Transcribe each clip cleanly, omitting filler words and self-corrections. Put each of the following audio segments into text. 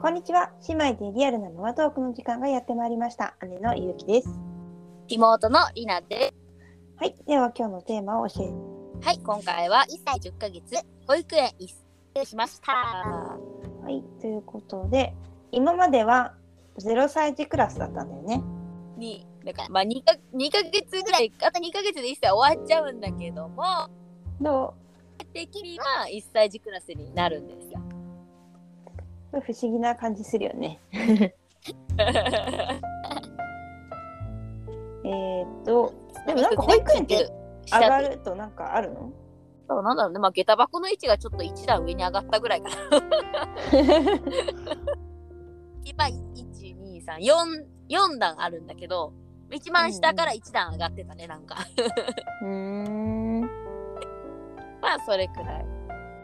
こんにちは。姉妹でリアルなママトークの時間がやってまいりました。姉のゆうきです。 妹のりなです。 はい。では今日のテーマを教えて。 はい。今回は1歳10ヶ月保育園一斉しました。はい。ということで、今までは0歳児クラスだったんだよね。 だからまあ2ヶ月ぐらい、あと2ヶ月で1歳終わっちゃうんだけども、的には1歳児クラスになるんですよ。 不思議な感じするよね。でもなんか保育園って上がるとなんかあるの？ そうなんだろうね。まあ下駄箱の位置がちょっと1段上に上がったぐらいかな。今1、2、3、4段あるんだけど、一番下から1段上がってたね、なんか。まあそれくらい。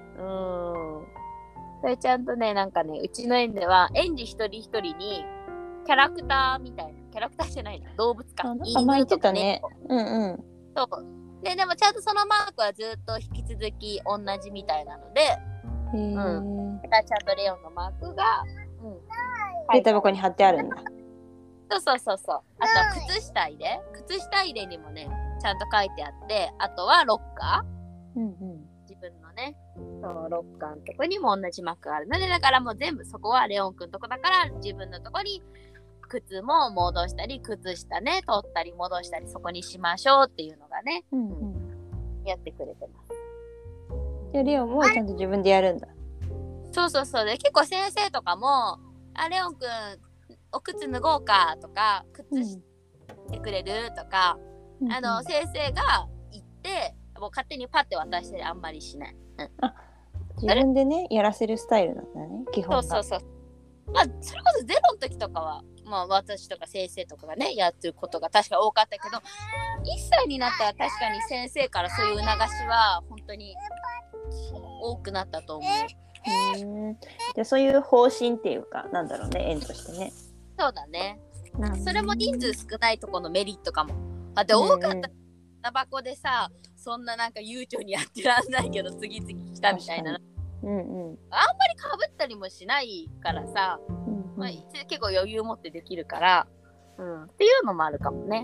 それちゃんとね、なんかね、うちの園では園児一人一人にキャラクターみたいな、キャラクターじゃないな、動物か。 言ってたね。 そう。でもちゃんとそのマークはずっと引き続き同じみたいなので、だからちゃんとレオンのマークが、 下駄箱に貼ってあるんだ。 そう。あとは靴下入れにもね、ちゃんと書いてあって、あとはロッカー。自分のね、そのロッカーのとこにも同じマークがあるので、だからもう全部そこはレオンくんとこだから自分のとこに靴も戻したり、靴下ね、取ったり戻したりそこにしましょうっていうのがね、やってくれてます。 じゃあレオンもちゃんと自分でやるんだ。 そうで、結構先生とかもレオンくんお靴脱ごうかとか、靴してくれるとか、先生が言ってもう勝手にパッて渡してあんまりしない。 自分でねやらせるスタイルなんだね、基本が。 そう。まあそれこそゼロの時とかは、まあ私とか先生とかがねやってることが確か多かったけど、1歳になったら確かに先生からそういう促しは本当に多くなったと思う。 じゃあそういう方針っていうか、なんだろうね、園としてね。 そうだね。それも人数少ないところのメリットかも。で多かったタバコでさ、そんななんか悠長にやってらんないけど次々来たみたいな。あんまりかぶったりもしないからさ、まあ、結構余裕持ってできるから、っていうのもあるかもね。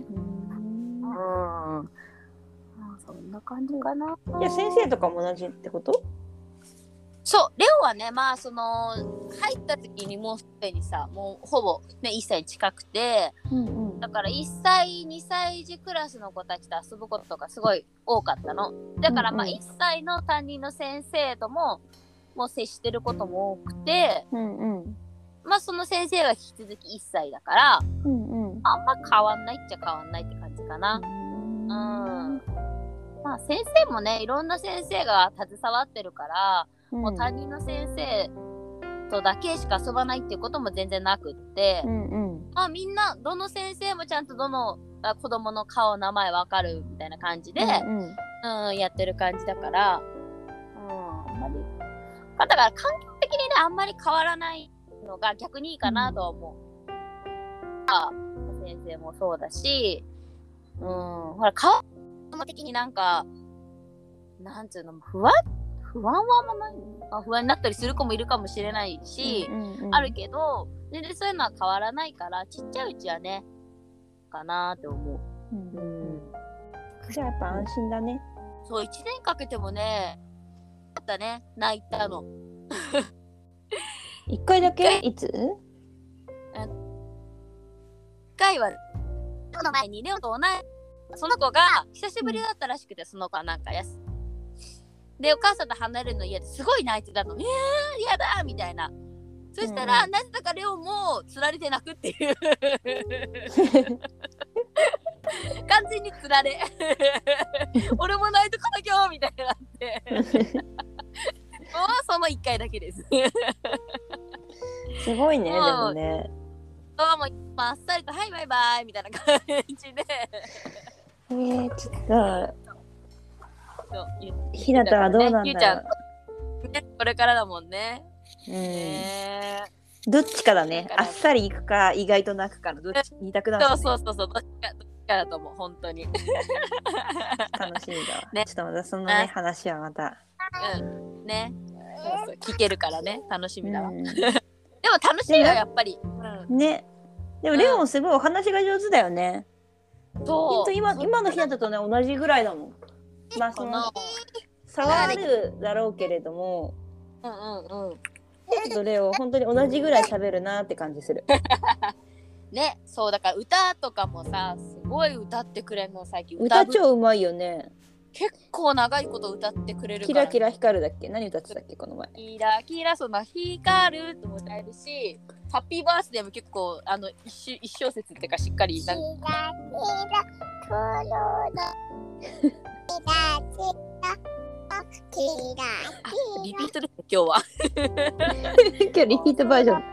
そんな感じかな。 いや、先生とかも同じってこと？ そう、レオはね、まあその入った時にもうすでにさ、もうほぼね1歳近くて、だから1歳2歳児クラスの子たちと遊ぶことがすごい多かったの。だからまあ1歳の担任の先生ともう接してることも多くて、まあその先生は引き続き1歳だから、あんま変わんないっちゃ変わんないって感じかな。まあ先生もね、いろんな先生が携わってるから、もう担任の先生とだけしか遊ばないっていうことも全然なくって、まあみんなどの先生もちゃんとどの子供の顔名前わかるみたいな感じで、やってる感じだから、あんまりだから環境的にねあんまり変わらないのが逆にいいかなとは思う。先生もそうだし、ほら顔的になんかなんつうの、不安はあんまない。不安になったりする子もいるかもしれないし、あるけど全然そういうのは変わらないから、ちっちゃいうちはねかなって思う。 じゃあやっぱ安心だね。 そう、1年かけてもねだったね、泣いたの。 1回だけ？いつ？1 回はその前にレオと同じその子が久しぶりだったらしくて、その子はなんかでお母さんと離れるの嫌ですごい泣いてたの。やだみたいな。そしたら、なぜだかレオもつられて泣くっていう完全につられ俺も泣いとかなきゃみたいになってその1回だけですすごいね。でもね、 もうあっさりとはいバイバイみたいな感じでちょっとひなたはどうなんだろう。 ゆうちゃんこれからだもんね。 どっちかだね。あっさりいくか意外と泣くかのどっち2択だもんね。 そうどっちかだと思う、本当に楽しみだわ、ね、ちょっとまたそのね話はまたね、そう聞けるからね、楽しみだわででも楽しいよやっぱり、 ね。でもレオンすごいお話が上手だよね。 そう今のひなたとね同じぐらいだもん。まあその差はあるだろうけれども、ちょっとレオン本当に同じぐらい喋るなって感じする。 ね、そうだから歌とかもさ、すごい歌ってくれるの最近。 歌超うまいよね。 結構長いこと歌ってくれるから、ね、キラキラ光るだっけ？何歌ってたっけこの前。 キラキラその光るとも歌えるし、ハッピーバースデーも結構一小節っていうかしっかりなんか。キラキラリピートですね今日は。 今日リピートバージョン。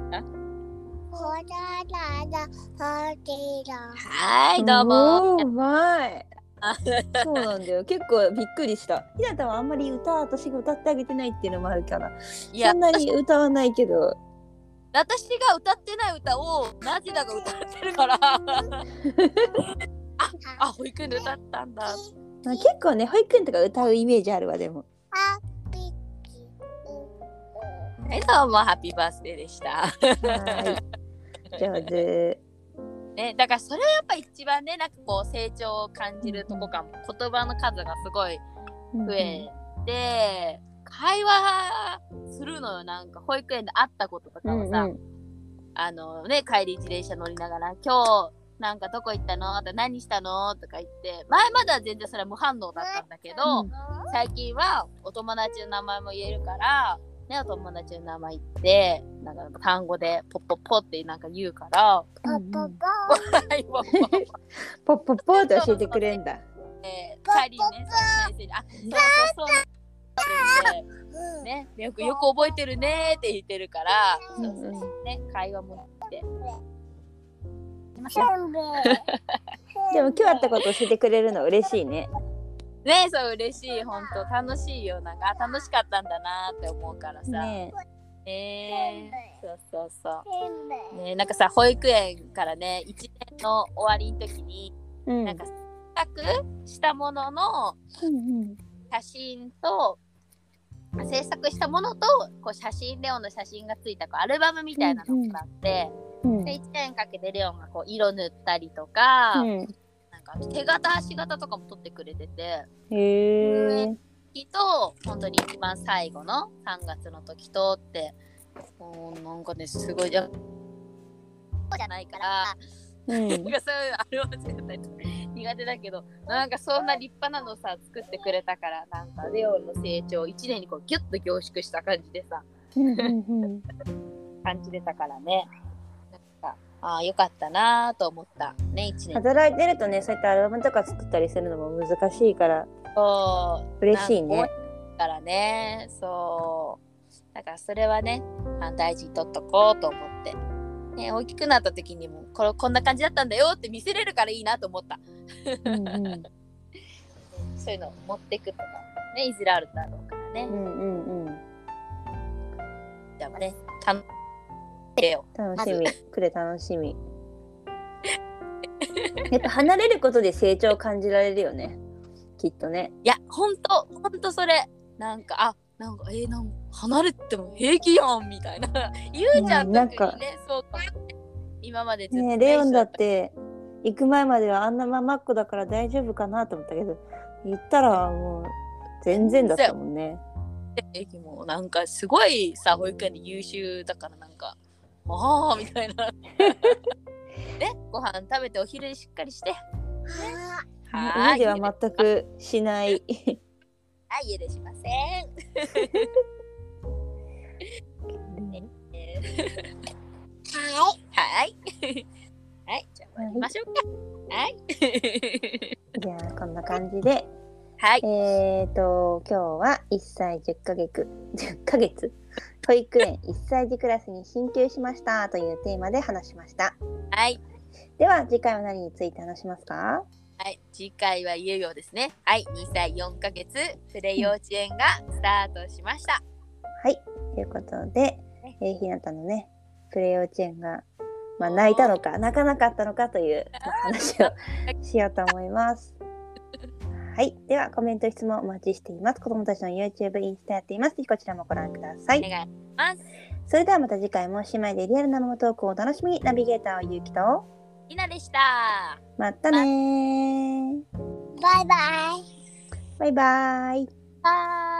はいどうも。 うまい。そうなんだよ。結構びっくりした。ひなたはあんまり私が歌ってあげてないっていうのもあるから、そんなに歌わないけど。 私が歌ってない歌をナジダが歌ってるから。保育園で歌ったんだ。 結構ね、保育園とか歌うイメージあるわでも。 はいどうもハッピーバースデーでした。 はい。上手。 ね、だからそれはやっぱ一番ね、なんかこう成長を感じるとこかも。言葉の数がすごい増えて、会話するのよ。なんか保育園で会ったこととかもさ、帰り自転車乗りながら今日なんかどこ行ったの？何したの？とか言って、前までは全然それは無反応だったんだけど、最近はお友達の名前も言えるから、ね、お友達の名前言ってなんか単語でポッポッポってなんか言うから、ポッポッポッポッポって教えてくれんだ。 帰りにね、先生にそうね、よく覚えてるねって言ってるから、ね、会話もしてでも今日あったこと教えてくれるの嬉しいね。 ね、そう嬉しい。本当楽しいよ。なんか楽しかったんだなって思うからさ。 ねそうね、なんかさ、保育園からね、1年の終わりの時に、なんか制作したものの写真と、制作したものとこうレオンの写真がついたこうアルバムみたいなのがあって、で1年かけてレオンがこう色塗ったりとか、なんか手形足形とかも撮ってくれてて、と本当に一番最後の3月の時とってなんかねすごいじゃないから、なんかそういうアルバム作ったりとか苦手だけど、なんかそんな立派なのさ作ってくれたから、なんかレオンの成長1年にこうギュッと凝縮した感じでさ感じれたからね、なんかよかったなと思ったね。1年働いてるとね、そういったアルバムとか作ったりするのも難しいから嬉しいね。 からね、そうだからそれはね大事に取っとこうと思って、ね、大きくなった時にもこんな感じだったんだよって見せれるからいいなと思った。そういうのを持ってくとかね、いずれあるだろうからね。じゃあね、楽しみくれ楽しみ。やっぱ離れることで成長を感じられるよね、きっとね。 いやほんとそれなんかなんか離れても平気やんみたいな言うじゃん。 なんかね、そうか今までずっとね、レオンだって行く前まではあんなままっ子だから大丈夫かなと思ったけど、行ったらもう全然だったもんね。 駅もなんかすごいさ、保育園で優秀だから、なんかみたいなね、ご飯食べてお昼しっかりして、 家では全くしない家でしませんはいじゃあ参りましょうか。 じゃあこんな感じで、 はい、 今日は1歳10ヶ月保育園1歳児クラスに進級しましたというテーマで話しました。 はい、 では次回は何について話しますか？ はい、次回はいよいよですね。はい、2歳4ヶ月プレ幼稚園がスタートしました。 はい、ということで、ひなたのねプレ幼稚園が、泣いたのか泣かなかったのかという話をしようと思います。 はい。では、コメント、質問お待ちしています。子供たちの YouTube、インスタやっています。ぜひこちらもご覧ください。 お願いします。 それではまた次回も姉妹でリアルなママトークをお楽しみに。ナビゲーターはゆうきとりなでした。 またねー。 バイバイ。 バイバイ。 バイ。